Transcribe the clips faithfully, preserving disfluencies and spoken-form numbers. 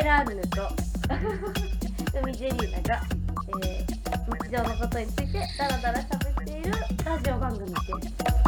ラーヌと海ジェリーナが、えー、日常のことについてダラダラ喋っているラジオ番組です。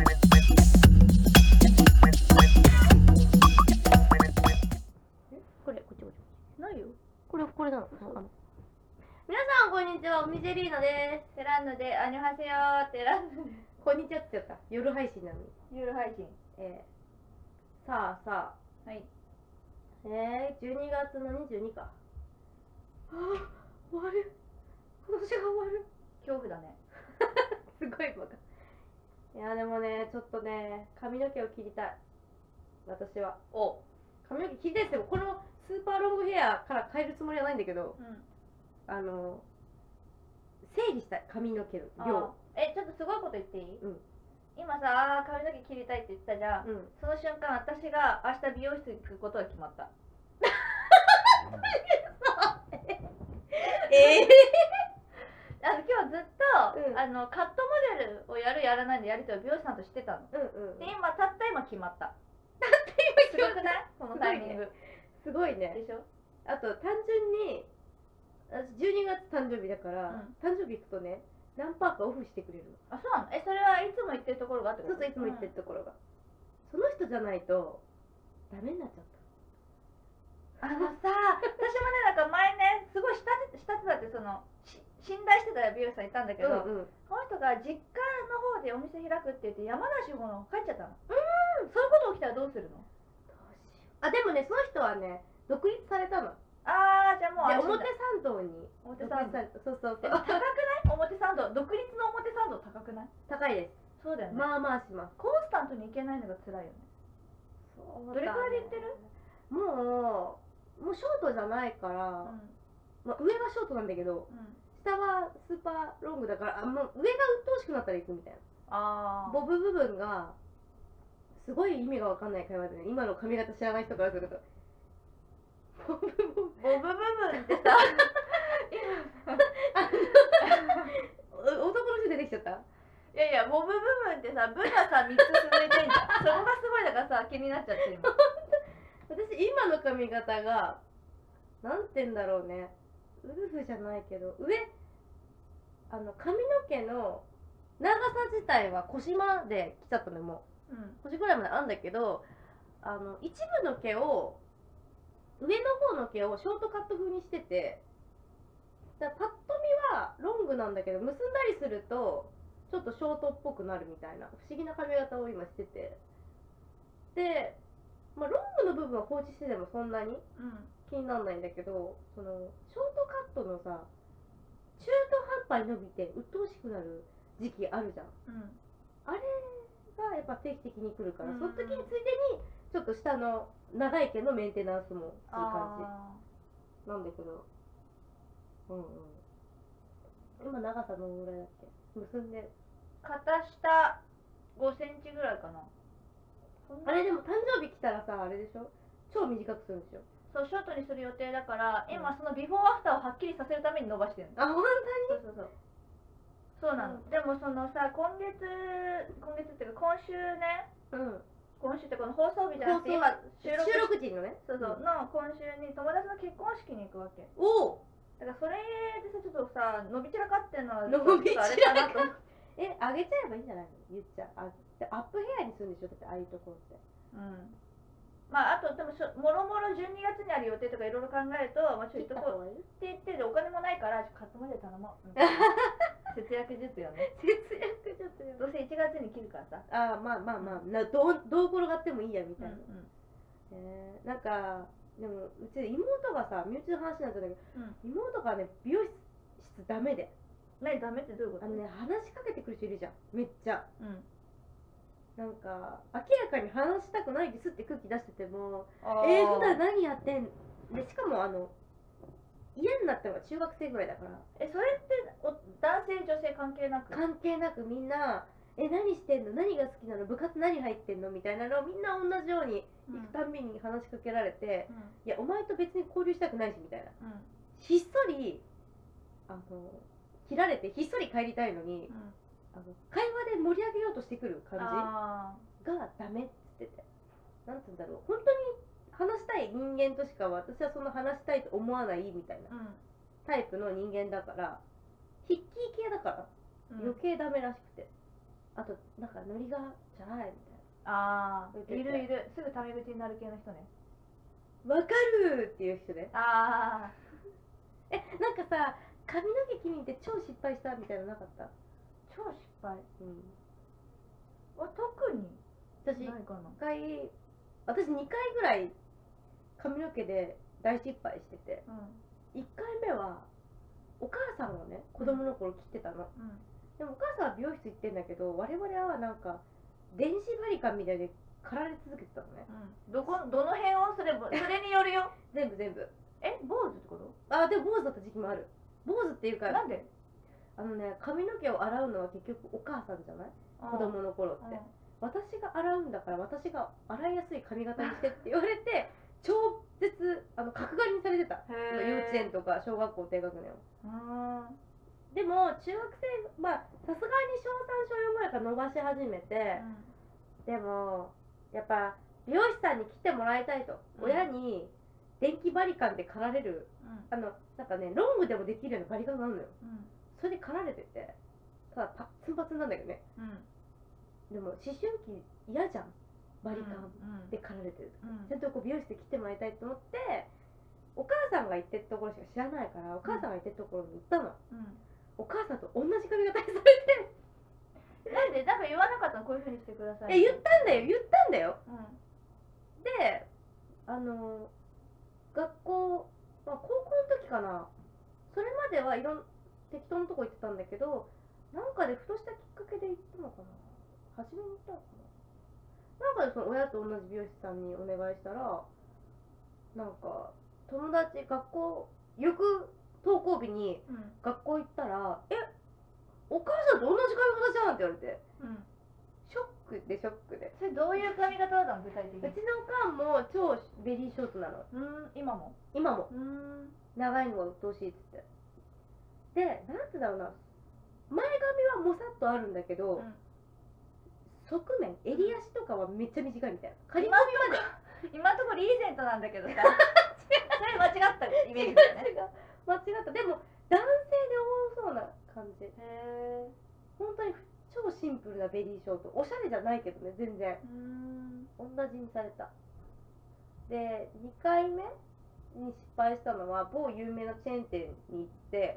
えこれこっちこっちないよ。これこれなの。皆さんこんにちは、海ジェリーナです。 テランヌでアニョハセヨーテランヌこんにちはって言っちゃった。夜配信なのに。 夜配信。 えー、さあさあ。 はい。 えー、じゅうにがつのにじゅうにか。ああ、終わる。今年が終わる。 恐怖だね。 すごいバカ。いやでもね、ちょっとね、髪の毛を切りたい。私は。 お髪の毛切りたいですよ。このスーパーロングヘアから変えるつもりはないんだけど、 うん、 あの整理したい、髪の毛の量。 え、ちょっとすごいこと言っていい？ うん。 今さ、髪の毛切りたいって言ってたじゃん。 うん、 その瞬間、私が明日美容室行くことが決まった。 えーあの今日ずっと、うん、あのカットモデルをやるやらないのやりとりを美容師さんとしてたの。 うんうん。 で今たった今決まった。 たった今決まった。 すごくない？このタイミング。 すごいね。 でしょ？ あと単純に私じゅうにがつ誕生日だから、うん、誕生日行くとね、何パーかオフしてくれるの。 あ、そうなの？え、それはいつも行ってるところがあってこと？ そうそう、いつも行ってるところが、うん、その人じゃないとダメになっちゃった。 あのさ、私もね、なんか前ね、すごい下手下手だってその信頼してた美容師さんいたんだけど、うんうん、この人が実家の方でお店開くって言って山梨の方帰っちゃったの。うん、そういうこと起きたらどうするの？どうしよう。あ、でもね、その人はね、独立されたの。 あー、じゃあもう表参道に。 表参道。 そうそうそう。 高くない？表参道。独立の表参道高くない？ 高いです。 そうだよね。 まあまあします。 コンスタントに行けないのが辛いよね。そうだね。どれくらいで行ってる？ もうもうショートじゃないから、うん、まあ、上はショートなんだけど、うん、下はスーパーロングだから、あ、もう上が鬱陶しくなったら行くみたいな。あボブ部分がすごい意味が分かんない会話でね、今の髪型知らない人からするとボブボブ部分ってさ男の人出てきちゃった。 いやいや、ボブ部分ってさ、部がさみっつ続いてんじゃん。そこがすごいだからさ、気になっちゃって今。 私今の髪型がなんて言うんだろうね、ウルフじゃないけど、上あの髪の毛の長さ自体は腰まで来ちゃったのもう、うん、腰ぐらいまであんだけど、あの一部の毛を上の方の毛をショートカット風にしてて、だパッと見はロングなんだけど結んだりするとちょっとショートっぽくなるみたいな不思議な髪型を今してて、でまあ、ロングの部分は放置しててもそんなに気にならないんだけど、そのショートカットのさ、中途半端に伸びて鬱陶しくなる時期あるじゃん、うん、あれがやっぱ定期的に来るから、うん、その時についでにちょっと下の長い毛のメンテナンスもする感じなんだけど、うんうん、今長さどのぐらいだっけ？結んで肩下ごセンチぐらいかな。 あれでも誕生日来たらさ、あれでしょ、超短くするんでしょ。 そう、ショートにする予定だから、うん、今そのビフォーアフターをはっきりさせるために伸ばしてるの。 あ、本当に？そうそうそうそうなの、うん、でもそのさ、今月今月っていうか今週ね、うん、今週ってこの放送日じゃなくて今収録収録時のね、 そうそう、うん、の今週に友達の結婚式に行くわけ。 おお。 だからそれでさ、ちょっとさ、伸び散らかってんのは伸び散らかってえ、あげちゃえばいいんじゃないの？言っちゃう。アップヘアにするんでしょ、だってああいうところって。うん。 まああとでもしょもろもろじゅうにがつにある予定とかいろいろ考えると、まあちょっとこうって言ってお金もないからカットまで頼もう。節約術よね。 節約術よ。 どうせいちがつに切るからさ。 ああ、まあまあまあ、などうどう転がってもいいやみたいな。うんうん、えー、なんかでもうち妹がさ、身内の話になったんだけど、うん、妹がね美容室ダメで。 何ダメってどういうこと？ あのね、話しかけてくる人いるじゃん、めっちゃ。うん。なんか明らかに話したくないですって空気出してても、えー、普段何やってんで、しかもあの嫌になったのが中学生ぐらいだから。 え、それってお男性女性関係なく？ 関係なくみんな、え、何してんの、何が好きなの、部活何入ってんのみたいなのをみんな同じように行くたんびに話しかけられて、うん、いやお前と別に交流したくないしみたいな、うん、ひっそりあの切られてひっそり帰りたいのに、うん、あの会話で盛り上げようとしてくる感じがダメって言ってて、なんつうんだろう、本当に話したい人間としか私はその話したいと思わないみたいなうんタイプの人間だから、筆記系だからうん余計ダメらしくて、あとなんかノリがじゃないみああ、い言っててるいる。すぐタメ口になる系の人ね。 たいな。わかるっていう人ね。 ああ、 え、なんかさ、髪の毛切りに行って超失敗したみたいなのなかった？ 超失敗うん。 は特に私ないかな。 一回、私にかいぐらい髪の毛で大失敗してて、 うんいっかいめはお母さんをね、子供の頃切ってたの。 うんでもお母さんは美容室行ってんだけど、我々はなんか電子バリカンみたいで刈られ続けてたのね。 うん。どこどの辺をすればそれによるよ。 全部全部。 え、坊主ってこと？ あ、でも坊主だった時期もある。坊主っていうか、 なんで？ あのね、髪の毛を洗うのは結局お母さんじゃない？子供の頃って。私が洗うんだから私が洗いやすい髪型にしてって言われて、超絶あの角刈りにされてた。幼稚園とか小学校低学年を。 うん。 でも中学生、まあさすがに小さん小よんぐらいから伸ばし始めて、でもやっぱ美容師さんに来てもらいたいと、 うん親に電気バリカンで刈られる、あのなんかねロングでもできるようなバリカンがあるのよ。 うんそれで刈られてて、ただパッツンパツンなんだけどね。 うんでも思春期嫌じゃん、バリカンうんで刈られてるとか、 うんちゃんとこう美容室で来てもらいたいと思って、お母さんが行ってるところしか知らないから、お母さんが行ってるところに行ったの。 うんお母さんと同じ髪型にされて、 なんでなんか言わなかったの？こういう風にしてください。 え、言ったんだよ、言ったんだよ。 うんで、あの学校、まあ、高校の時かな、それまではいろん適当なとこ行ってたんだけど、なんかでふとしたきっかけで行ったのかな、初めに行ったのかな、なんかでその親と同じ美容師さんにお願いしたら、なんか友達、学校翌登校日にうん学校行ったら、え、お母さんと同じ髪型じゃんって言われて、 うん。 ショックでショックで。 それどういう髪型だったの具体的に？ うちのおかんも超ベリーショートなの。 うん今も。 今もうん長いのが鬱陶しいっつって。で、なんてだろうな、前髪はもさっとあるんだけど、側面、襟足とかはめっちゃ短いみたいな。仮髪まで。 今のところリーゼントなんだけどさ。それ間違ったイメージだよね。 間違った。でも男性で多そうな感じ。 へえ。 本当に超シンプルなベリーショート。おしゃれじゃないけどね、全然。 うん同じにされた。で、にかいめに失敗したのは某有名なチェーン店に行って、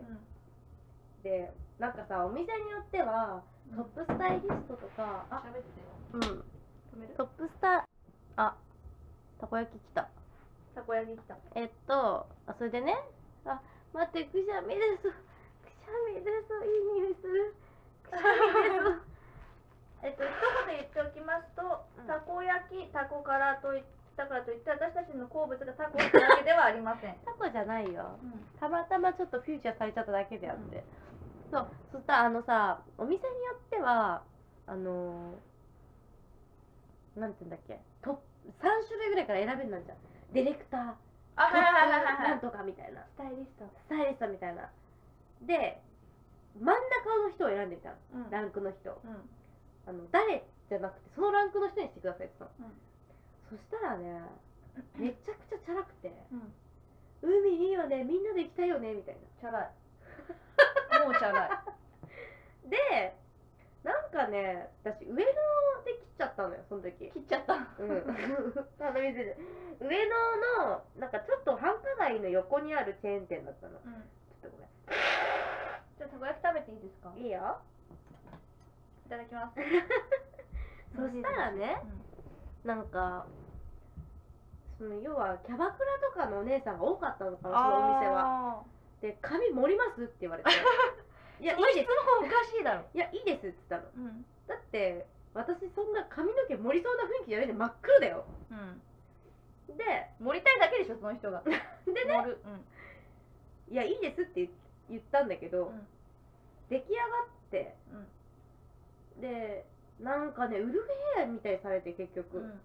で、なんかさ、お店によってはトップスタイリストとか、あ、 喋ってよ。 うん、 止める？ トップスタ、あ、たこ焼き来た。 たこ焼き来た。 えっと、あ、それでね、あ、待って、くしゃみです。くしゃみです。いい匂いする。くしゃみです。 えっと、一言言っておきますと、 うんたこ焼き、たこからといったからといって、私たちの好物がタコってだけではありません。 タコじゃないよ。 うんたまたまちょっとフューチャーされちゃっただけであって。そう、そしたらあのさ、お店によっては、あのー、なんていうんだっけ、とさん種類ぐらいから選べるなんじゃん。ディレクター、 あ、はいはいはいはいはい。 なんとかみたいな。 スタイリスト。 スタイリストみたいな。で、真ん中の人を選んでみたの。 うん。 ランクの人。 うん。 あの、誰じゃなくて、そのランクの人にしてくださいって言ったの。 うん。 そしたらね、めちゃくちゃチャラくて、 うん。 海いいよね、みんなで行きたいよね、みたいチャラい。もうチャラい。 な。で、なんかね、私、上野で切っちゃったのよ、その時。 切っちゃった。 うん。あの店で。上野の、なんかちょっと繁華街の横にあるチェーン店だったの。ちょうん。 っとごめん。 じゃあ、たこ焼き食べていいですか？ いいよ。 いただきます。 そしたらね、なんか、その要はキャバクラとかのお姉さんが多かったのかな、そのお店は。で、髪盛りますって言われて。いや、いいです。 質問おかしいだろ。 いや、いいですって言ったの。 うん。 だって、私そんな髪の毛盛りそうな雰囲気じゃないんで真っ黒だよ。 うん。 で、 盛りたいだけでしょ、その人が。 でね、 盛る。うん。 いや、いいですって言ったんだけど、 うん出来上がって、で、なんかね、ウルフヘアみたいにされて結局、 うん。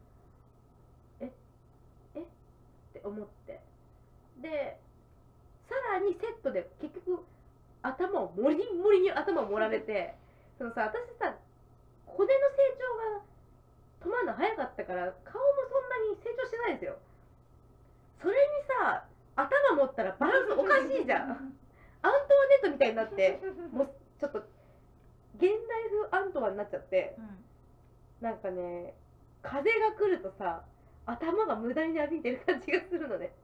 って思って。で、さらにセットで結局、頭をモリモリに頭を盛られて、そのさ、私さ、骨の成長が止まるの早かったから、顔もそんなに成長してないんですよ。 それにさ頭持ったらバランスおかしいじゃんアントワネットみたいになってもうちょっと現代風アントワになっちゃって、うん、なんかね風が来るとさ頭が無駄になびいてる感じがするのね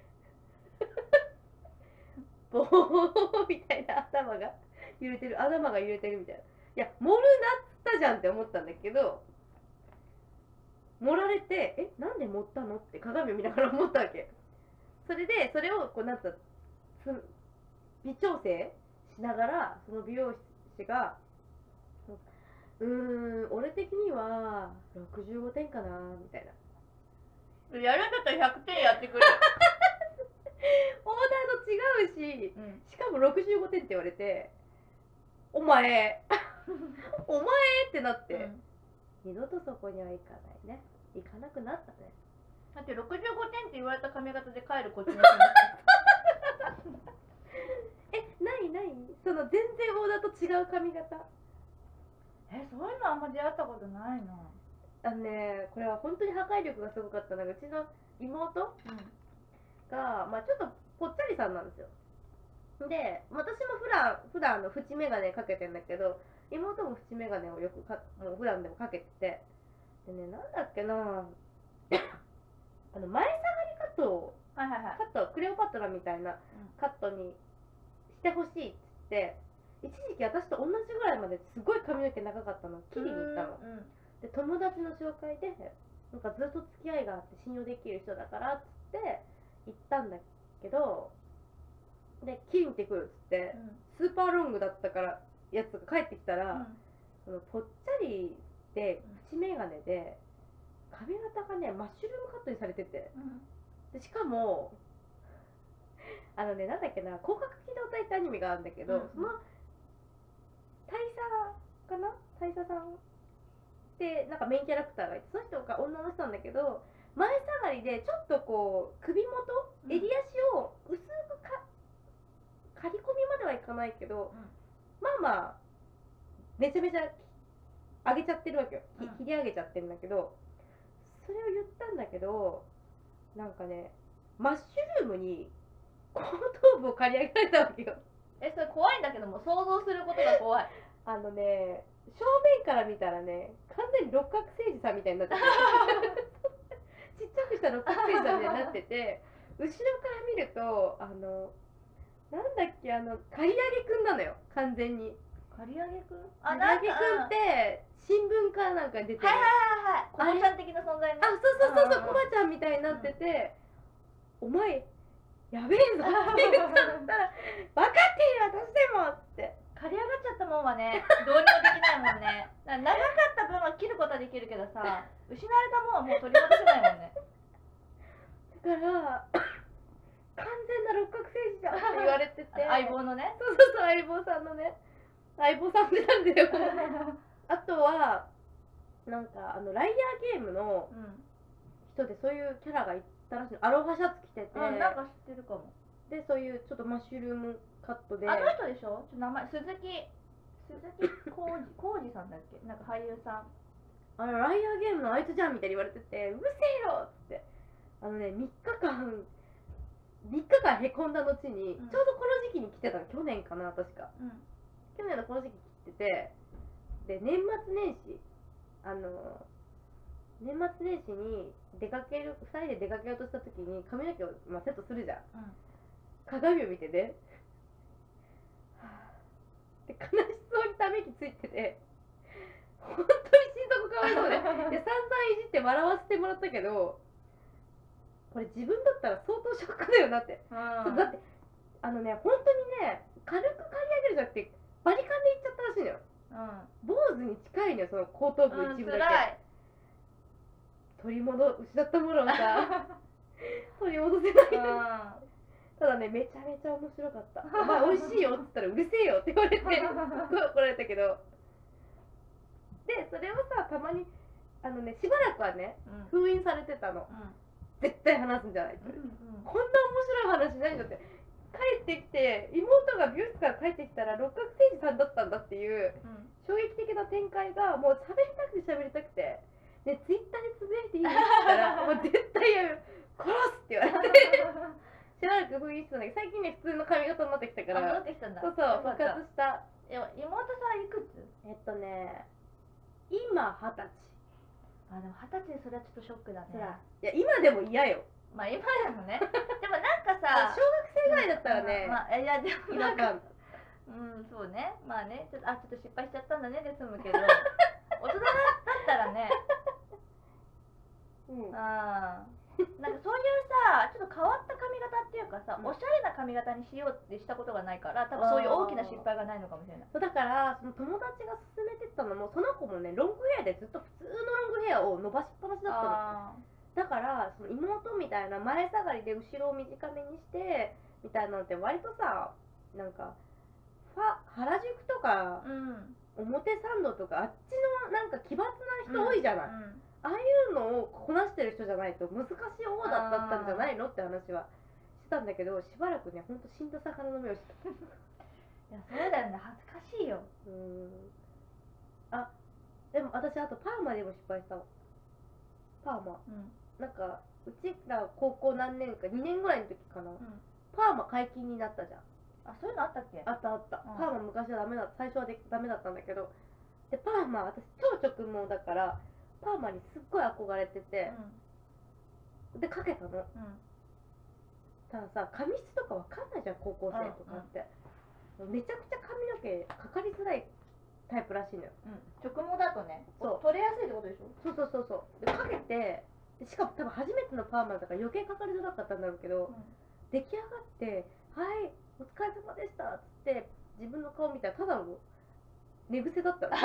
ボーみたいな頭が揺れてる頭が揺れてるみたいな。いや盛るなっつったじゃんって思ったんだけど盛られてえなんで盛ったのって鏡を見ながら思ったわけ。それでそれをこうなんか微調整しながらその美容師がうーん俺的にはろくじゅうごてんかなみたいな。 やるんだったらひゃくてんやってくれオーダーと違うし、うん、しかもろくじゅうごてんって言われてお前お前ってなって、うん、二度とそこには行かないね。行かなくなったね。 だってろくじゅうごてんって言われた髪型で帰るこっちのえ、ないないその全然オーダーと違う髪型。 え、そういうのあんま出会ったことないな。 あのね、これは本当に破壊力がすごかったのがうちの妹、うん、が、まあ、ちょっとぽっちゃりさんなんですよ。で、私も普段普段の縁眼鏡かけてんだけど妹も縁眼鏡をよくかもう普段でもかけてて、でね、なんだっけなあの前下がりカットを、はいはいはい、カットクレオパトラみたいなカットにしてほしいっつって一時期私と同じぐらいまですごい髪の毛長かったの切りに行ったの、うんうん、で友達の紹介でなんかずっと付き合いがあって信用できる人だからっつって行ったんだけどで切りに行ってくるっつって、うん、スーパーロングだったからやつが帰ってきたら、うん、そのぽっちゃりで縁眼鏡で髪型がねマッシュルームカットにされてて、うん、でしかもあのねなんだっけな広角機動隊ってアニメがあるんだけど、うん、その大佐かな大佐さんってなんかメインキャラクターがいてその人が女の人なんだけど前下がりでちょっとこう首元、うん、襟足を薄くか刈り込みまではいかないけど、うん、まあまあめちゃめちゃ上げちゃってるわけよ、うん、切り上げちゃってるんだけどそれを言ったんだけどなんかねマッシュルームに後頭部を刈り上げられたわけよ。 えそれ怖いんだけども想像することが怖いあのね正面から見たらね完全に六角誠治さんみたいになっててちっちゃくした六角誠治さんみたいになってて後ろから見るとあのなんだっけあの刈り上げくんなのよ完全に。 刈り上げくん？ 刈り上げくんって新聞かなんかに出てる。 はいはいはいはい。コバちゃん的な存在ね。 あ、そうそうそうそう、コバちゃんみたいになってて、うん、お前やべえぞって言ったら分かってる私でもって。 刈り上がっちゃったもんはねどうにもできないもんね。長かった分は切ることはできるけどさ、失われたもんはもう取り戻せないもんね。 だから完全な六角誠治じゃんって言われてて相棒のねそうそうそう相棒さんのね相棒さんってなんだよあとはなんかあのライアーゲームの人でそういうキャラがいたらしいの。アロハシャツ着てて、 うん、なんか知ってるかも。 でそういうちょっとマッシュルームカットであの人でしょちょっと名前鈴木鈴木浩二浩二さんだっけなんか俳優さんあのライアーゲームのあいつじゃんみたいに言われててうるせえよっつってあのねみっかかんみっかかんへこんだ後に、うん、ちょうどこの時期に来てたの去年かな確か、うん、去年のこの時期来ててで年末年始あの年末年始に出かけるふたりで出かけようとした時に髪の毛を、まあ、セットするじゃん、うん、鏡を見てねで悲しそうにため息ついてて本当に心底かわいそうでいや散々いじって笑わせてもらったけどこれ自分だったら相当ショックだよなって、うん、だってあのね本当にね軽く刈り上げるじゃなくてバリカンでいっちゃったらしいのよ、うん、坊主に近いのよその後頭部一部だけ、うん、取り戻失ったものをさ取り戻せない、うんただねめちゃめちゃ面白かったお前美味しいよって言ったらうるせえよって言われてすごい怒られたけどでそれをさたまにあのねしばらくはね、うん、封印されてたの、うん、絶対話すんじゃないって、うんうん、こんな面白い話ないんだって帰ってきて妹が美容室から帰ってきたら六角誠治さんだったんだっていう、うん、衝撃的な展開がもう喋りたくて喋りたくてでツイッターでつぶやいていいって言ったらもう絶対やる殺すって言われてんだ。 そうそう復よかった活した。 いや妹さんいくつ？ えっとね今二十歳。 あでも二十歳でそれはちょっとショックだね。 いや今でも嫌よ。 まあ今でもね。でもなんかさ小学生ぐらいだったらね、 まあいやでも違和感。 うんそうねまあねちょっとあちょっと失敗しちゃったんだねで済むけど大人だったらねうんあなんかそういうさちょっと変わった髪型っていうかさ、 うんおしゃれな髪型にしようってしたことがないから多分そういう大きな失敗がないのかもしれない。 そうだからその友達が勧めてったのもその子もねロングヘアでずっと普通のロングヘアを伸ばしっぱなしだったの。 あだからその妹みたいな前下がりで後ろを短めにしてみたいなのって割とさなんかファ原宿とかーうん表参道とかあっちのなんか奇抜な人多いじゃない、 うんうんああいうのをこなしてる人じゃないと難しいオーダーだったんじゃないのって話はしてたんだけどしばらくねほんと死んだ魚の目をしてた。 いやそうだよね恥ずかしいよ。 うーんあでも私あとパーマでも失敗したわ。パーマうんなんかうちら高校何年かにねんぐらいの時かな、 うんパーマ解禁になったじゃん。 あそういうのあったっけ？ あったあった、 うんパーマ昔はダメだ最初はでダメだったんだけどでパーマ私超直毛だからパーマにすっごい憧れてて、でかけたの。 うんうんたださ髪質とかわかんないじゃん高校生とかって、めちゃくちゃ髪の毛かかりづらいタイプらしいのよ。 うん直毛だとねそう取れやすいってことでしょ？ そうそうそうそうでかけてでしかも多分初めてのパーマだから余計かかりづらかったんだろうけど、出来上がって「はいお疲れ様でした」っつって自分の顔見たらただの寝癖だったの。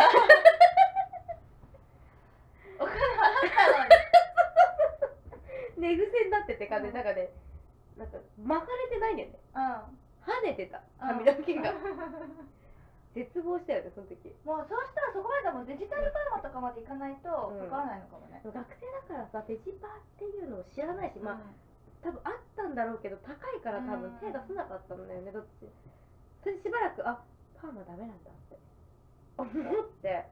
お金払ったのに寝癖になっててかね、 うんなんかねなんか巻かれてないんだよね。 うん跳ねてた髪の毛が。絶望したよねその時。 もうそうしたらそこまでもうデジタルパーマとかまでいかないとうんかからないのかもね。 学生だからさデジパーっていうのを知らないし、まあうん多分あったんだろうけど高いから多分うん手出せなかったんだよねどっち。それでしばらくあパーマダメなんだって思って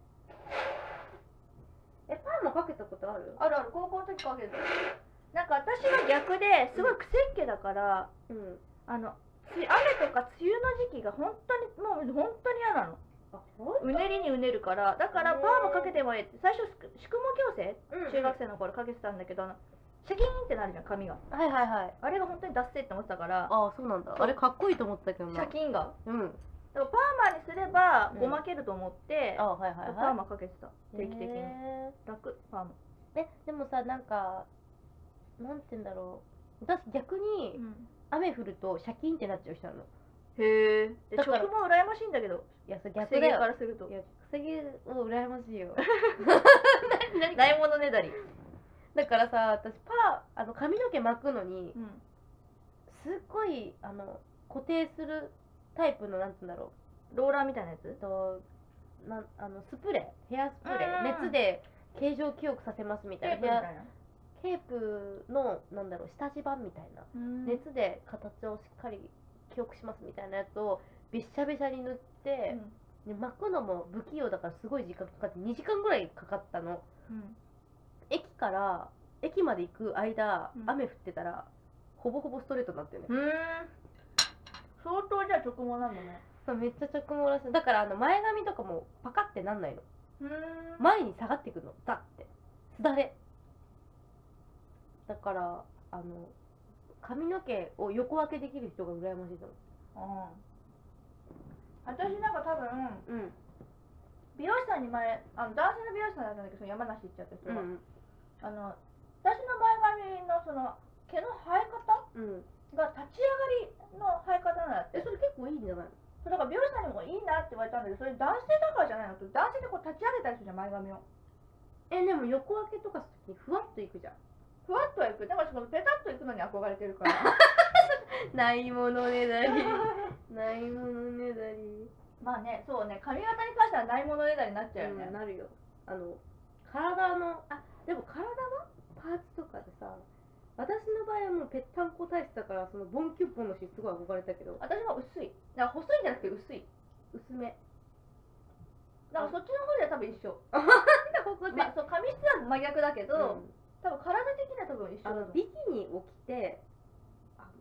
えパーマかけたことある？ あるある高校の時かけてた。なんか私は逆ですごい癖っ気だからうんあのつ雨とか梅雨の時期が本当にもう本当に嫌なの。 あほんうねりにうねるからだからへーパーマかけてもいいって最初宿宿毛矯正うん中学生の頃かけてたんだけどあのシャキーンってなるじゃん髪がはいはいはい。 あれが本当にダッセーって思ってたからああそうなんだ。あれかっこいいと思ったけどシな。 ャキーンがうん。 だからパーマにすればうんごまけると思って、 あはいはいはい。 パーマかけてた定期的にへ楽パーマ、 ーえでもさなんかなんて言うんだろう私逆に雨降るとシャキンってなっちゃう人なの。 へえだから直毛羨ましいんだけどいやそれ癖毛逆だよ。 からするといや癖毛も羨ましいよ。 ないものねだり、 だからさ私パーあの髪の毛巻くのにうん、 すっごいあの固定するタイプのなんて言うんだろローラーみたいなやつうとなんあのスプレーヘアスプレうんー熱で形状記憶させますみたいなテープみたいなケープのなんだろう下地版みたいなうん熱で形をしっかり記憶しますみたいなやつをべっしゃべしゃに塗って、で巻くのも不器用だからすごい時間かかってにじかんぐらいかかったの。 うん駅から駅まで行く間、 うん雨降ってたらほぼほぼストレートになってるね、 うん、うーん相当じゃあ直毛なんだね。 そうめっちゃ直毛らしい。だからあの前髪とかもパカってなんないの。 うーん前に下がってくるのザッてすだれだからあの髪の毛を横分けできる人が羨ましいとああ私なんか多分思う。うん美容師さんに前あの男性の美容師さんだったんだけどその山梨行っちゃった人が、 うんあの私の前髪のその毛の生え方うん。 が立ち上がりの生え方なんだって。 えそれ結構いいんじゃないの？ そうだから美容師さんにもいいなって言われたんだけどそれ男性だからじゃないのと男性でこう立ち上げたりするじゃん前髪をえでも横分けとかするときにふわっといくじゃん。 ふわっとはいくでもそのペタッといくのに憧れてるからないものねだりないものねだり。 まあねそうね髪型に関してはないものねだりになっちゃうよね、 うん、なるよ。あの体のあでも体はパーツとかでさ私の場合はもうぺったんこ体質だからそのボンキュッポンの人すごい憧れたけど私は薄いだから細いんじゃなくて薄い薄め。 だからそっちの方では多分一緒なんだここで、 まあそう髪質は真逆だけど、 うん多分体的には多分一緒だと思うあのビキニを着てあの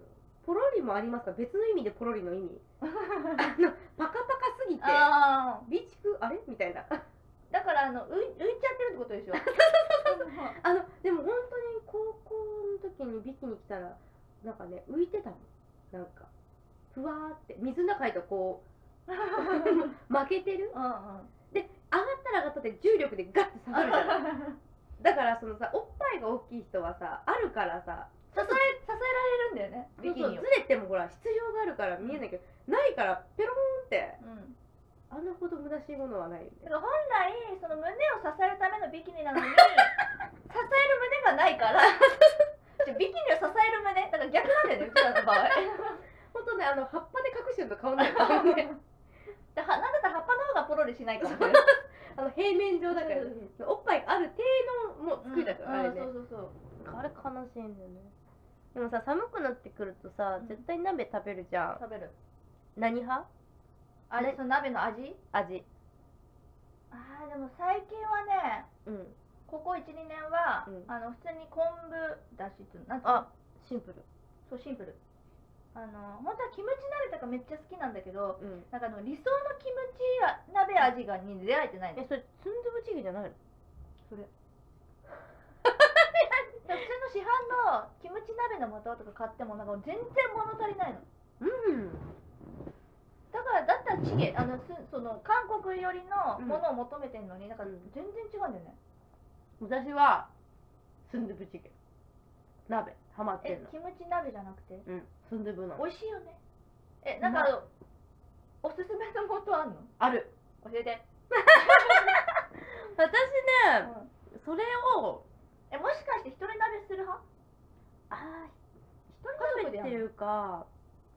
ポロリもありますか？別の意味でポロリの意味あのパカパカすぎてあ備蓄あれみたいなーだからあの浮い浮いちゃってるってことでしょあのでも本当に高校の時にビキニ着たらなんかね浮いてたの、なんかふわーって水の中入るとこう負けてるうんうんで上がったら上がったって重力でガッて下がるじゃないだからそのさおっぱいが大きい人はさあるからさ支え支えられるんだよねビキニをそうそうずれてもほら必要があるから見えないけど、ないからペローンってうんあんなほど無駄しいものはないよね。 だから本来その胸を支えるためのビキニなのに支える胸がないからじゃビキニを支える胸だから逆なんだよねうちらの場合本当ねあの葉っぱで隠してると変わんないからねではなんだったら葉っぱの方がポロリしないかもしれないあの平面上だから、ね、おっぱいがある程度も作りだから、あれね、 そうそうそうあれ悲しいんだよね。でもさ寒くなってくるとさ、 うん絶対鍋食べるじゃん。 食べる何派？ あれねその鍋の味味。 あーでも最近はねうん。 ここ いちにねんは、 うんあの普通に昆布だしっていうのなんていうのあ、シンプル。 そうシンプルあの本当はキムチ鍋とかめっちゃ好きなんだけどうん。 なんかあの理想のキムチ鍋味がに出会えてないのえ、それスンドゥブチゲじゃないの？ それ普通の市販のキムチ鍋の素とか買ってもなんか全然物足りないのうん。 だからだったらチゲあのすその韓国寄りのうんものを求めてんのになんかうん全然違うんだよね、 私はスンドゥブチゲ。鍋ハマってえんの。 キムチ鍋じゃなくてうん。スンドゥブの。 美味しいよねえなんかあのおすすめの素あんのある。 教えて、 私ね、 うんそれをえもしかして一人鍋する派ああ一人一人鍋でやるっていうか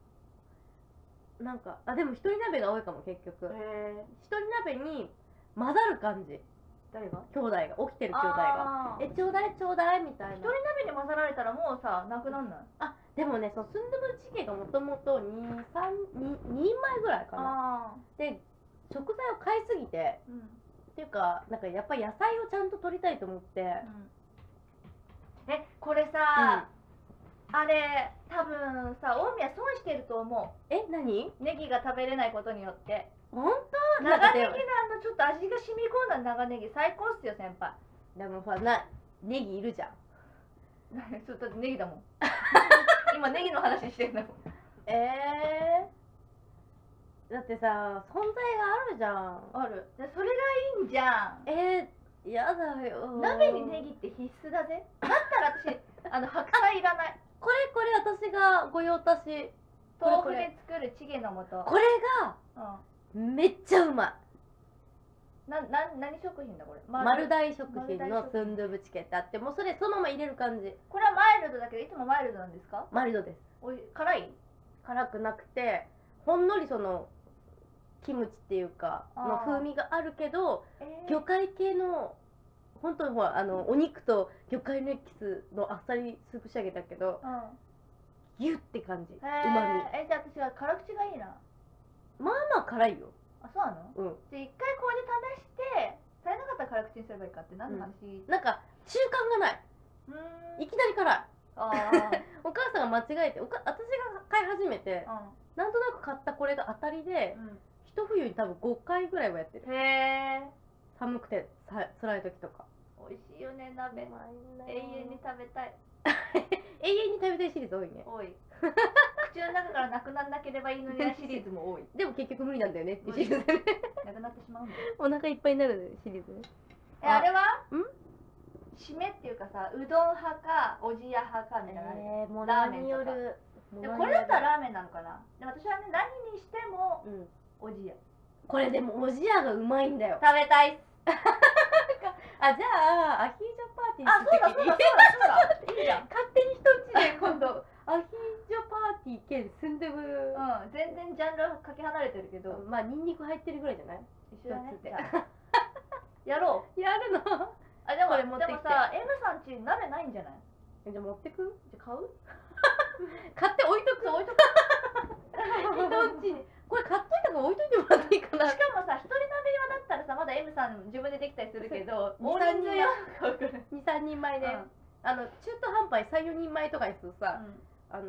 なんかあでも一人鍋が多いかも結局。 へえ一人鍋に混ざる感じ。 誰が兄弟が起きてる兄弟が。 あーえちょうだいちょうだいみたい一な。 人鍋に混ざられたらもうさなくなんないあでもねそのスンドゥブチゲがもともとに、さん、ににんまえぐらいかな。 あで食材を買いすぎてーうんっていうかなんかやっぱり野菜をちゃんと取りたいと思って。 うんえこれさ、あれ多分さ大宮損してると思え何？ うネギが食べれないことによって本当？ 長ネギのなんかでもあのちょっと味が染み込んだ長ネギ最高っすよ先輩でもほらなネギいるじゃん。 ちょっとネギだもん今ネギの話してんだもんえー、だってさ存在があるじゃん。 あるでそれがいいんじゃんえー、やだよ。 鍋にネギって必須だぜだったら私あの白菜いらないこれこれ私が御用達。 豆腐で作るチゲの素これがうめっちゃうまい。 んなな何食品だこれ丸大食品の丸大食品スンドゥブチゲってあってもうそれそのまま入れる感じ。 これはマイルドだけどいつもマイルドなんですかマイルドです。 おい辛い辛くなくてほんのりそのキムチっていうかのあー風味があるけどえー魚介系の本当にほらあのお肉と魚介のエキスのあっさりスープ仕上げたけどうんギュッて感じうへまみ。 ーえじゃあ私は辛口がいいなまあまあ辛いよ。 あそうなのうんじゃあ一回これで試してされなかったら辛口にすればいいかって何の話なんか中間がない。 うーんいきなり辛い。 あーお母さんが間違えておか私が買い始めてなんとなく買ったこれが当たりでうん一冬に多分ごかいぐらいはやってる。 うんへえ寒くてさ辛い時とか。 美味しいよね鍋永遠に食べたい永遠に食べたいシリーズ多いね。 多い口の中からなくならなければいいのになシリーズも多いでも結局無理なんだよねっていうシリーズでね。 なくなってしまうんだよお腹いっぱいになるシリーズね。 えあれはん締めっていうかさうどん派かおじや派かみたいなのあるじゃんえー、もうラーメンとか何による。 でこれだったらラーメンなのかなでも私はね何にしてもうん。 おじやこれでもおじやがうまいんだよ。 食べたいっすあじゃあアヒージョパーティーあそうだそうだそうだそうだいいじゃん勝手に一口で今度アヒージョパーティー兼スンドゥブ。 うん全然ジャンルかけ離れてるけどまあニンニク入ってるぐらいじゃない？ 一緒だね一つでじゃあやろうやるの？ あでもこれ持ってきてでもさ M さんち鍋ないんじゃないえじゃあ持ってく？ じゃあ買う買って置いとく。 置いとく人んちにこれ買っといた方が置いといてもらっていいかな。 しかもさ一人鍋用だったらさまだ M さん自分でできたりするけどそう大人数用買うからにさんにんまえで、 うんあの中途半端にさんよにんまえとかにするとさ、 うんあの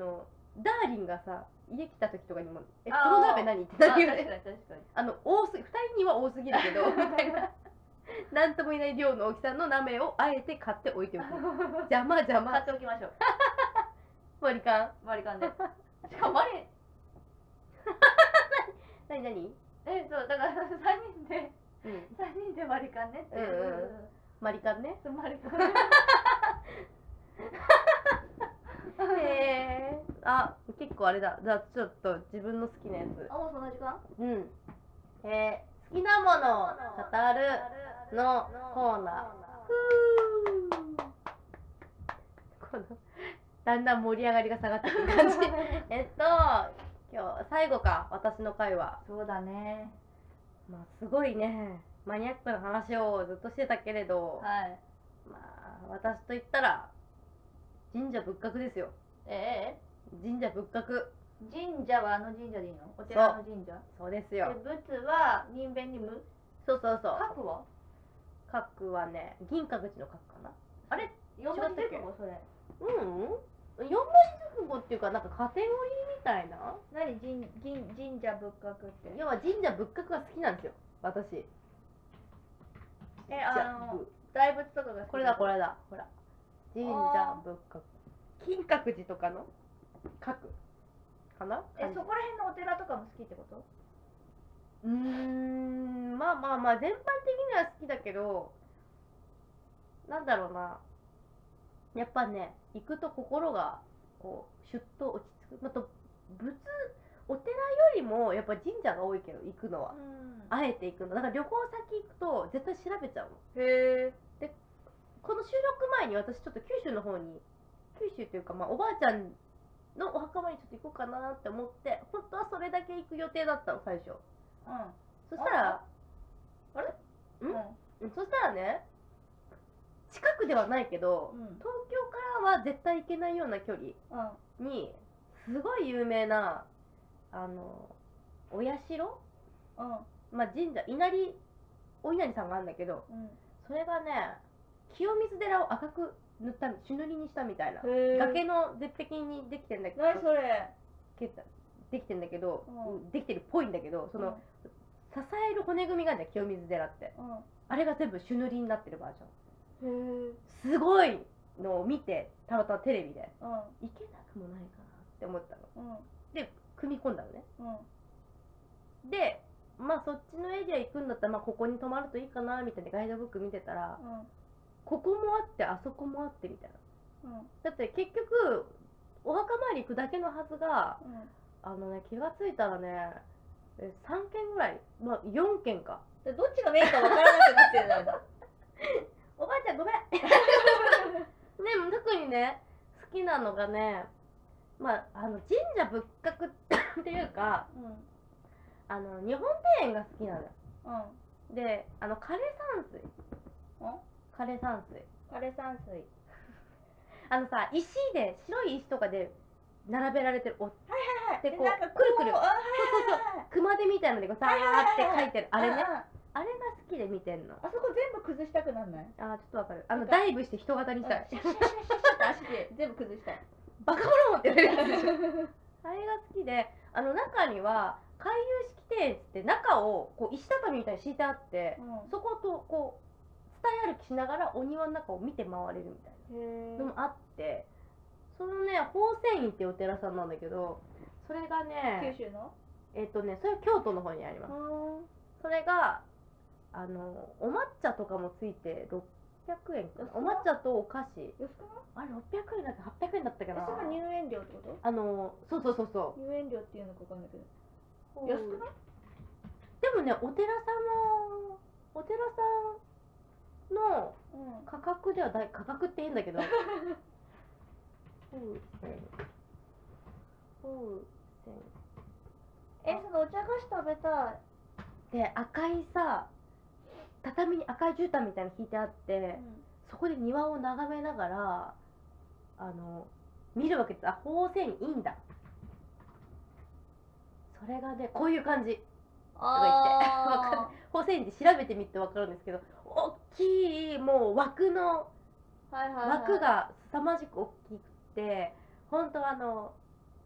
ダーリンがさ家来た時とかにも「えこあーの鍋何?」ってなるよ確かね。 に確かに。 あの多すぎふたりには多すぎるけどみたいななんとも言えない量の大きさの鍋をあえて買って置いておく。邪魔邪買魔っておきましょう。 割り勘。 割り勘で。しかも割り何何えそうだからさんにんでうんさんにんで割り勘ねっていう。 うんうん割り勘ね。 そう割り勘。 へえあ結構あれだじゃあちょっと自分の好きなやつあもうそんな時間？ うんえー、好きなものを語るのコーナーふーこのだんだん盛り上がりが下がってくる感じえっと今日最後か私の回はそうだね。 まあすごいねマニアックな話をずっとしてたけれど、 はい。 まあ私と言ったら神社仏閣ですよ。 ええ神社仏閣神社はあの神社でいいの？お寺の神社？ そうですでよ。 仏は人弁に無？ そうそうそう角は？ 閣はね銀閣寺の閣かな。 あれ四文字熟語それ。 うん四文字熟語っていうかなんかカテゴリーみたいな。 何神神神社仏閣って？ 要は神社仏閣が好きなんですよ私。 えあの大仏とかが好き？ これだこれだほら神社仏閣金閣寺とかの閣かな。 えそこら辺のお寺とかも好きってこと？ うーんまあまあまあ全般的には好きだけどなんだろうなやっぱね行くと心がこうシュッと落ち着く。また仏お寺よりもやっぱ神社が多いけど行くのはうんあえて行くのだから旅行先行くと絶対調べちゃうの。 へえ。 この収録前に私ちょっと九州の方に九州というかまあおばあちゃんのお墓場にちょっと行こうかなって思って本当はそれだけ行く予定だったの最初。 うんそしたらあれ？ んうんうんそしたらね近くではないけど、 うん東京からは絶対行けないような距離うんにすごい有名なあのお社うんまあ神社稲荷お稲荷さんがあるんだけどうんそれがね清水寺を赤く塗った朱塗りにしたみたいなへえ。 崖の絶壁にできてんだけど何それ？ けできてんだけど、 うんできてるっぽいんだけどその、支える骨組みがあるんだよ清水寺ってうんうんあれが全部朱塗りになってるバージョンへえ。 すごいのを見てたまたまテレビでうん行けなくもないかなって思ったのうんで組み込んだのねうんでまあそっちのエリア行くんだったら、まあ、ここに泊まるといいかなみたいなガイドブック見てたらうんここもあってあそこもあってみたいなうんだって結局お墓参り行くだけのはずがうんあのね気がついたらねえさんけんぐらいまあよんけんかでどっちがメインかわからなくなってるのよ。 おばあちゃんごめんでも特にね好きなのがねまああの神社仏閣っていうかうんあの日本庭園が好きなのようんであの枯山水うん枯山水枯山水。 あのさ石で白い石とかで並べられてるおはいはいはい。 でこうなんかくるくるあはいはいはい。 熊手みたいのでこうさーって書いてるあれねうんうんあれが好きで見てんのあそこ全部崩したくなんない？ あーちょっとわかるあのなんかダイブして人型にしたいシャシャシャシャシャって足で全部崩したい。 バカ者って言われるやつでしょあれが好きであの中には回遊式庭園っつって中をこう石畳みたいに敷いてあってうんそことこう伝い歩きしながらお庭の中を見て回れるみたいへなのもあってそのね宝泉院っていうお寺さんなんだけどそれがね九州の？ えっとねそれは京都の方にありますうんそれがあのお抹茶とかもついてろっぴゃくえんかなお抹茶とお菓子安くない？ あれろっぴゃくえんだっけはっぴゃくえんだったかなえそれが入園料ってこと？ あのそうそうそうそ入園料っていうのかわかんないけど。 う安くない？ でもねお寺さんのお寺さんのうん。 価格ではだい価格って変だけど宝泉宝泉えそのお茶菓子食べたい。 で赤いさ畳に赤い絨毯みたいなの引いてあって、そこで庭を眺めながらあの見るわけです。あ宝泉院だそれがねこういう感じとか言ってわかんない宝泉院って調べてみてわかるんですけど大きいもう枠のはいはいはい。 枠が凄まじく大きくて本当あの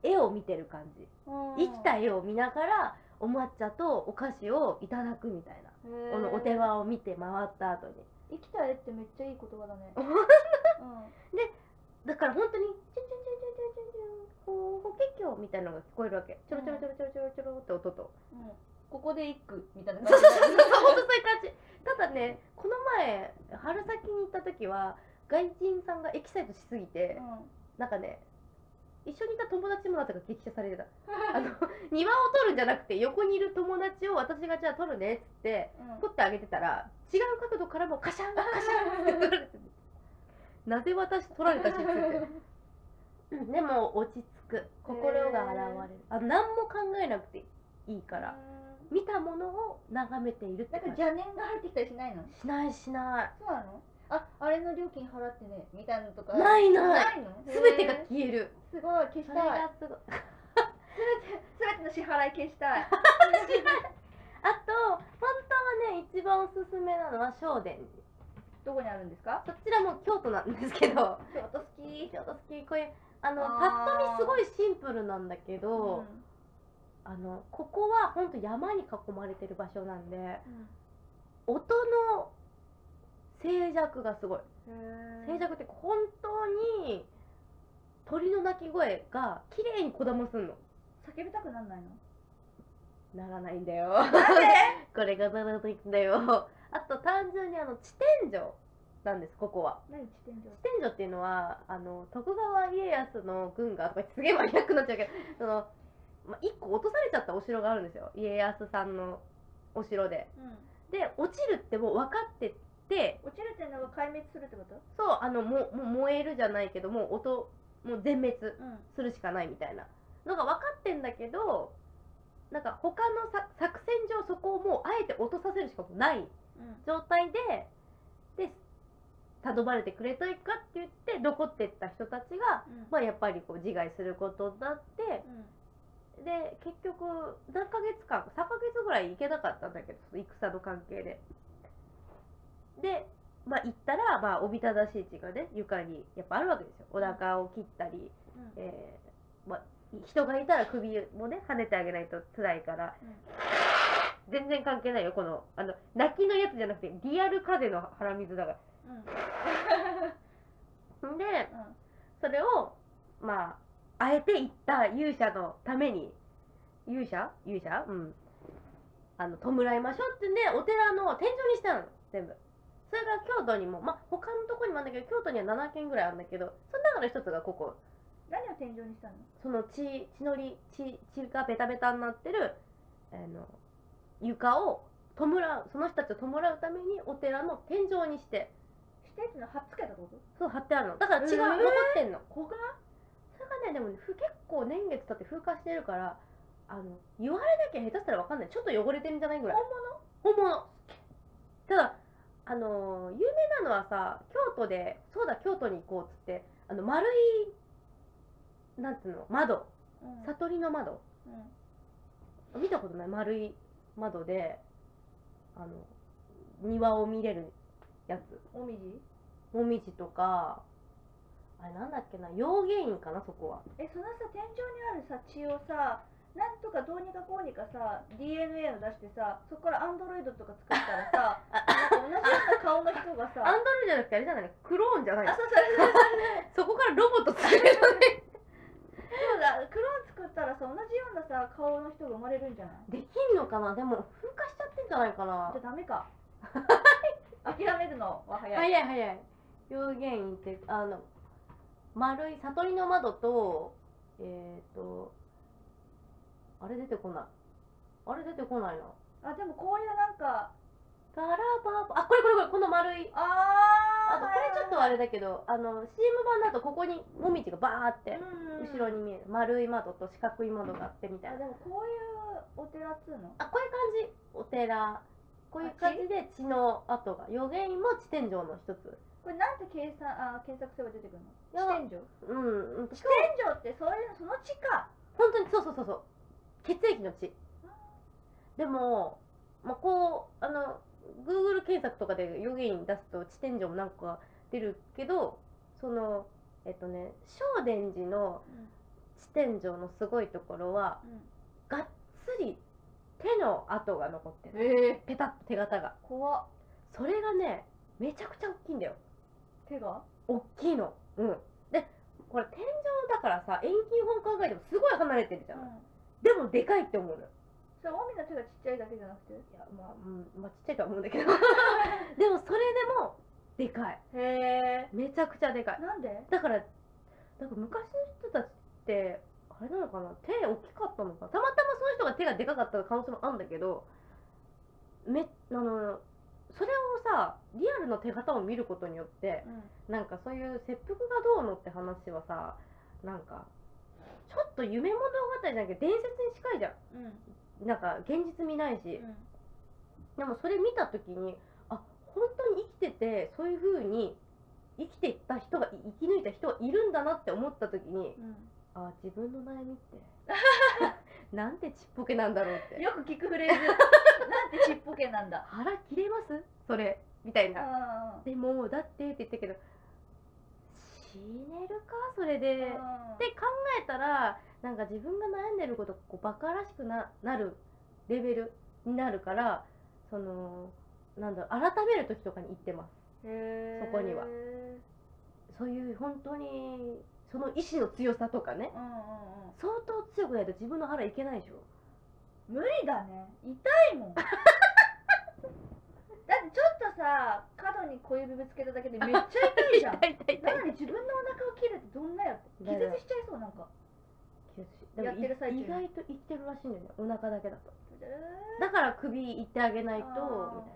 絵を見てる感じ、 うん生きた絵を見ながらお抹茶とお菓子をいただくみたいな、 へーこのお手輪を見て回った後に生きた絵ってめっちゃいい言葉だね。うんだから本当にチュンチュンチュンチュンチュンチュンほうほけっきょみたいなのが聞こえるわけ。ちょろちょろちょろちょろちょろちょろって音と、 うん、ここで一句みたいなそう感じそうそうそう本当そういう感じ。ただねこの前春先に行った時は外人さんがエキサイトしすぎて、なんかね一緒にいた友達もだったから激写されてたあの庭を撮るんじゃなくて横にいる友達を私がじゃあ撮るねっつってうんうん撮ってあげてたら違う角度からもカシャンカシャンって撮られてなぜ私撮られたしっつってでも落ち着く心が現れる、あ何も考えなくていいから見たものを眺めているってなんか感じ。 邪念が入ってきたりしないの？ しないしない、 そうなの？あ、あれの料金払ってねみたいなのとかないないないの？ 全てがへー消える。 すごい消しそれたい。 がすごいすべての支払い消したい。 あと本当はね一番おすすめなのは正殿寺。 どこにあるんですか？ そちらも京都なんですけど京都好き。 京都好き。こういうあのあーパッと見すごいシンプルなんだけど、 うんあのここは本当山に囲まれてる場所なんで音の静寂がすごい。 へー静寂って本当に鳥の鳴き声が綺麗にこだますんの。 叫びたくなんないの？ ならないんだよなんで？ これがならないんだよ。あと単純にあの地天井なんですここは。 何地天井？ 地天井っていうのはあの徳川家康の軍がとかすげえマニアックになっちゃうけどその、ま、いっこ落とされちゃったお城があるんですよ家康さんのお城で。 うん。 で落ちるってもう分かってて、 落ちるっていうのが壊滅するってこと？ そうあのもうもう燃えるじゃないけどもう音もう全滅うん。 するしかないみたいなのが分かってんだけど、なんか他のさ作戦上そこをもうあえて落とさせるしかもないうん。 状態でで頼まれてくれといかって言って残ってった人たちが、 うんまあ、やっぱりこう自害することになってうんで結局何ヶ月間さんかげつぐらい行けなかったんだけど戦の関係でで、まあ、行ったら、まあ、おびただしい血がね床にやっぱあるわけですよ。お腹を切ったり、 うんえーまあ、人がいたら首もね跳ねてあげないと辛いから全然関係ないよこのあの泣きのやつじゃなくてリアル風の鼻水だから。 うん。 でうん。 それをまああえて行った勇者のために勇者勇者うんあの弔いましょうってんでお寺の天井にしたの全部。それが京都にもまあ他のとこにもあるんだけど京都にはななけんぐらいあるんだけどその中の一つがここ。 何を天井にしたの？ その血血のり血血がベタベタになってるあの床を弔うその人たちを弔うためにお寺の天井にして指定地の貼っつけたってこと？ そう貼ってあるの。だから血が残ってんの。 怖くない？ それがねでもねふ結構年月経って風化してるからあの言われなきゃ下手したらわかんない。ちょっと汚れてるんじゃないぐらい。本物。本物。ただあの有名なのはさ京都でそうだ京都に行こうっつってあの丸いなんつうの窓うん悟りの窓うん見たことない丸い窓であの庭を見れるやつ。 もみじ？ もみじとかあれなんだっけな用芸院かなそこは。 え、そのさ天井にあるさ血をさなんとかどうにかこうにかさ ディーエヌエー を出してさそこからアンドロイドとか作ったらさなんか同じような顔の人がさアンドロイドじゃなくてあれじゃないのクローンじゃないのあ、そうそうそうそこからロボット作れるのねそうだ、クローン作ったらさ同じようなさ顔の人が生まれるんじゃない？ できんのかな。でも風化しちゃってんじゃないかな。 じゃあダメか諦めるのは早い。 早い早い。用芸院ってあの丸い悟りの窓とえっ、ー、とあれ出てこないあれ出てこないな。 あ、でもこういうなんかガラバーあこれこれこれこの丸いああとこれちょっとあれだけどあの シーエム 版だとここにもみじがバーって後ろに見える丸い窓と四角い窓があってみたいな。 あ、でもこういうお寺っつうの？ あこういう感じお寺こういう感じで血の跡が予言も地天井の一つ。 これなんて計算あ検索すれば出てくるの？ いや地天井？ うんうん地天井ってそういうその地下。 本当にそうそうそうそう血液の血でも、まあ、こうあの Google 検索とかで予言出すと地天井も何個か出るけどそのえっとね正殿寺の地天井のすごいところはがっつり手の跡が残ってる、 ええペタッと手形が。 怖っ。 それがねめちゃくちゃ大きいんだよ。 手が大きいの。うんでこれ天井だからさ、遠近法考えてもすごい離れてるじゃん、 うん。 でもでかいって思うのよ。 それ、オミの手がちっちゃいだけじゃなくて。 いやまあ、うんまあ、ちっちゃいとは思うんだけどでもそれでもでかい。 へえ。 めちゃくちゃでかい。 なんで？ だからなんか昔の人たちってあれなのかな、手大きかったのかな、たまたまその人が手がでかかった可能性もあるんだけど、めあのそれをさリアルの手形を見ることによってうん。 なんかそういう切腹がどうのって話はさ、なんかちょっと夢物語じゃなくて伝説に近いじゃん。 うん。 なんか現実見ないし、 うん。 でもそれ見た時にあ本当に生きててそういう風に生きていった人が生き抜いた人がいるんだなって思った時に、 うん。 あ自分の悩みってなんてちっぽけなんだろうってよく聞くフレーズ。なんてちっぽけなんだ。 腹切れますそれみたいな。 あでもだってって言ったけど死ねるかそれでって考えたらなんか自分が悩んでることがこうバカらしく な, なるレベルになるから、そのなんだろう改める時とかに言ってます。 へそこにはそういう本当にその意志の強さとかね、 うんうんうん。 相当強くないと自分の腹いけないでしょ。 無理だね。痛いもん。だってちょっとさ、角に小指ぶつけただけでめっちゃ痛いじゃん。 痛い痛い痛いなのに自分のお腹を切るってどんなよって。気絶しちゃいそう、なんか。 でもやってる最中に意外といってるらしいんだよね、お腹だけだと。だから首いってあげないとみたい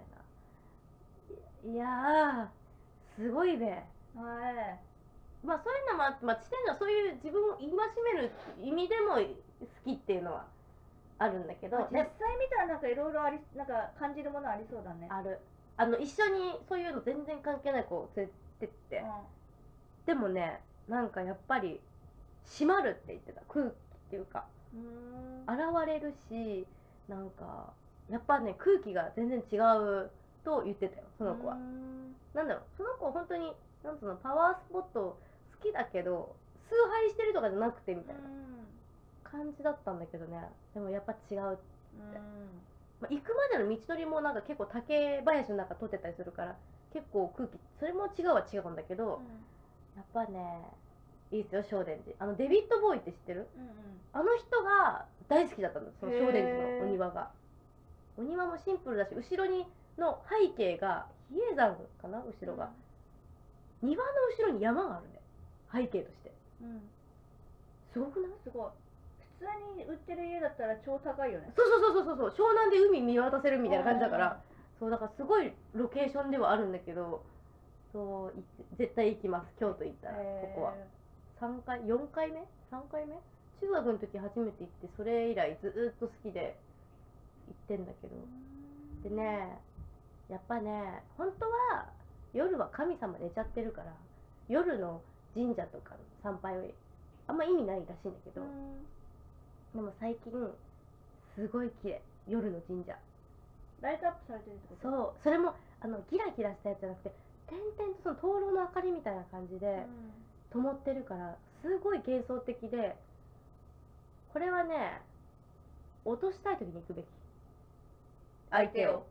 な。いやーすごいべ。 はい。 まあそういうのもあって、まあ、地点はそういう自分を戒める意味でも好きっていうのはあるんだけど、 実際見たらなんかいろいろあり、なんか感じるものありそうだね。 ある。あの一緒にそういうの全然関係ない子を連れてって、 うん、 でもねなんかやっぱり締まるって言ってた。空気っていうかうーん現れるし、なんかやっぱね空気が全然違うと言ってたよその子は。なんだろう、その子は本当になんつうのパワースポット好きだけど崇拝してるとかじゃなくてみたいな感じだったんだけどね。でもやっぱ違うって、まあ、行くまでの道のりもなんか結構竹林の中撮ってたりするから結構空気それも違うは違うんだけど、やっぱねいいですよ正殿寺。あのデビッド・ボーイって知ってる？ うんうん、 あの人が大好きだったんです、その正殿寺のお庭が。お庭もシンプルだし後ろにの背景が比叡山かな、後ろが、うん、庭の後ろに山があるね背景として、うん、すごくない？ すごい。普通に売ってる家だったら超高いよね。 そうそうそうそうそう、湘南で海見渡せるみたいな感じだから、そうだからすごいロケーションではあるんだけど、そう絶対行きます京都行ったら。ここはさんかいよんかいめさんかいめ、中学の時初めて行ってそれ以来ずっと好きで行ってんだけど、でねやっぱね本当は夜は神様寝ちゃってるから夜の神社とかの参拝はあんま意味ないらしいんだけど、でも最近すごい綺麗、夜の神社ライトアップされてるってこと？ そう、それもあのギラギラしたやつじゃなくて点々とその灯籠の明かりみたいな感じで灯ってるからすごい幻想的で、これはね落としたい時に行くべき。相手を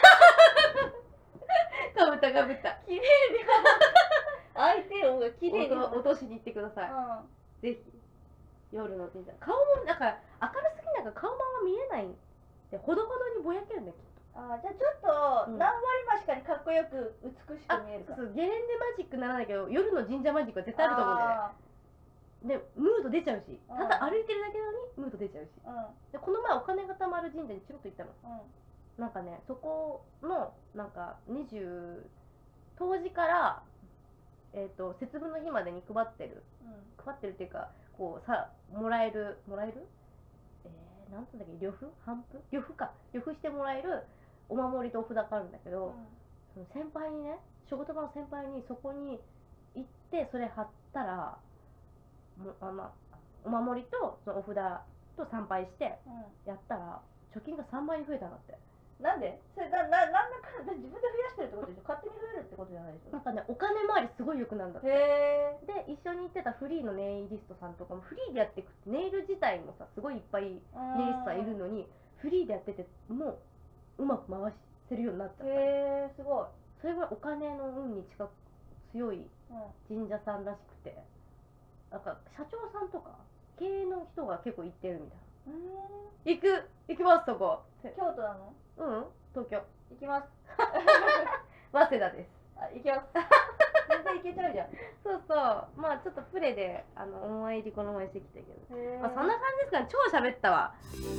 かぶったかぶった綺麗に相手を綺麗に落としに行ってください、うん、ぜひ夜の神社。顔もなんか明るすぎなんか顔まま見えないんでほどほどにぼやけるんだよきっと。 ああ、じゃあちょっと何割増しかにかっこよく美しく見えるか。 そうそう、ゲレンデマジックならないけど夜の神社マジックは絶対あると思うんだよね。でムード出ちゃうし、ただ歩いてるだけなのにムード出ちゃうし、うん、でこの前お金が貯まる神社にちょっと行ったの、うん、なんかねそこのなんかにじゅう当時から、えー、と節分の日までに配ってる、うん、配ってるっていうかこうさもらえるもらえるえー、なんつうんだっけ、呂布頒布呂布か呂布してもらえるお守りとお札があるんだけど、うん、その先輩にね仕事場の先輩にそこに行ってそれ貼ったらもあ、まあ、お守りとそのお札と参拝してやったら貯金がさんばいに増えたんだって。 なんで？それなななんだかんだ自分で増やしてるってことでしょ？勝手に増えるってことじゃないでしょ？ なんかねお金回りすごい良くなるんだって。 へで一緒に行っ行ってたフリーのネイリストさんとかもフリーでやっていくってネイル自体もさすごいいっぱいネイリストさんいるのにフリーでやっててもううまく回せるようになっちゃった。 へえすごい。 それぐらいお金の運に近く強い神社さんらしくて、なんか社長さんとか経営の人が結構行ってるみたいな。 うん。 行く行きますそこ。 京都なの？ うん東京。 行きます。 早稲田です。 あ行きます。全然行けちゃうじゃん。 そうそう、まあちょっとプレであのお参りこの前してきたけど、 へーまあ、そんな感じですかね。超喋ったわ。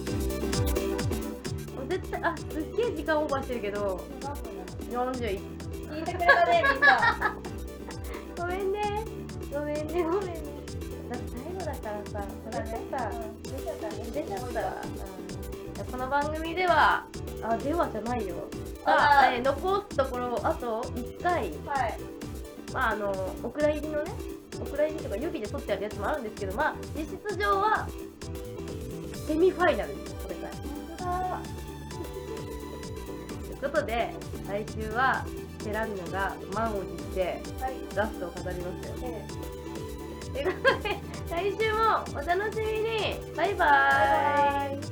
絶対あすっげえ時間オーバーしてるけどよんじゅういち。 聞いてくれたねみんな。 ごめんねごめんねごめんね。だって最後だからさ、それでさ、 出ちゃったね。 出ちゃったわ。うん、この番組ではあではじゃないよ。 ああえー残すところあといっかい。 はい。 まああのお蔵入りのね、お蔵入りとか指で取ってあるやつもあるんですけど、まあ実質上はセミファイナルですこれから。 本当だ。 ということで来週はテランヌが満を持してはい。 ラストを飾りますよ。 ええ。 ということで来週もお楽しみに。バイババイバーイ。 イ。